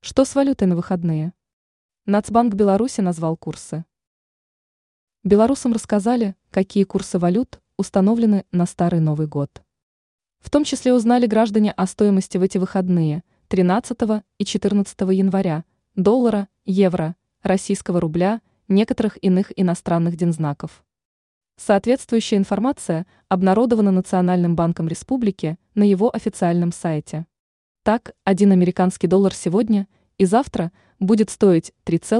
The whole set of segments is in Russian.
Что с валютой на выходные? Нацбанк Беларуси назвал курсы. Белорусам рассказали, какие курсы валют установлены на Старый Новый год. В том числе узнали граждане о стоимости в эти выходные 13 и 14 января доллара, евро, российского рубля, некоторых иных иностранных дензнаков. Соответствующая информация обнародована Национальным банком республики на его официальном сайте. Так, 1 американский доллар сегодня и завтра будет стоить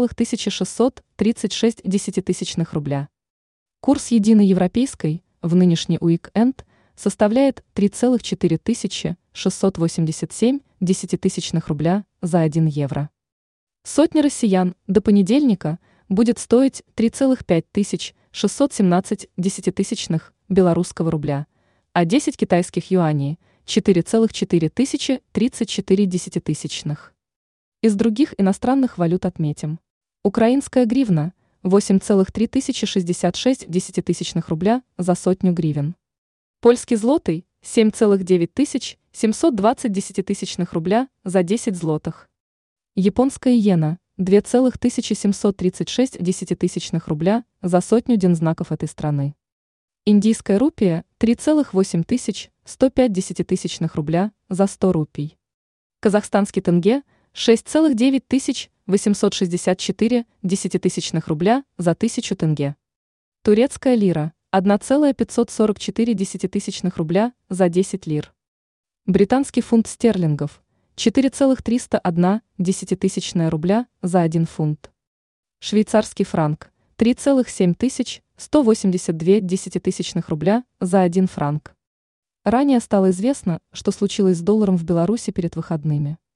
3,636 рубля. Курс единой европейской в нынешний уик-энд составляет 3,4687 рубля за 1 евро. Сотня россиян до понедельника будет стоить 3,5617 белорусского рубля, а 10 китайских юаней – 4,4034. Из других иностранных валют отметим. Украинская гривна – 8,3066 рубля за сотню гривен. Польский злотый – 7,9720 рубля за 10 злотых. Японская иена – 2,1736 рубля за сотню дензнаков этой страны. Индийская рупия – 3,8105 рубля за 100 рупий. Казахстанский тенге – 6,9864 рубля за 1000 тенге. Турецкая лира – 1,544 рубля за 10 лир. Британский фунт стерлингов – 4,301 рубля за 1 фунт. Швейцарский франк – 3,7182 рубля за 1 франк. Ранее стало известно, что случилось с долларом в Беларуси перед выходными.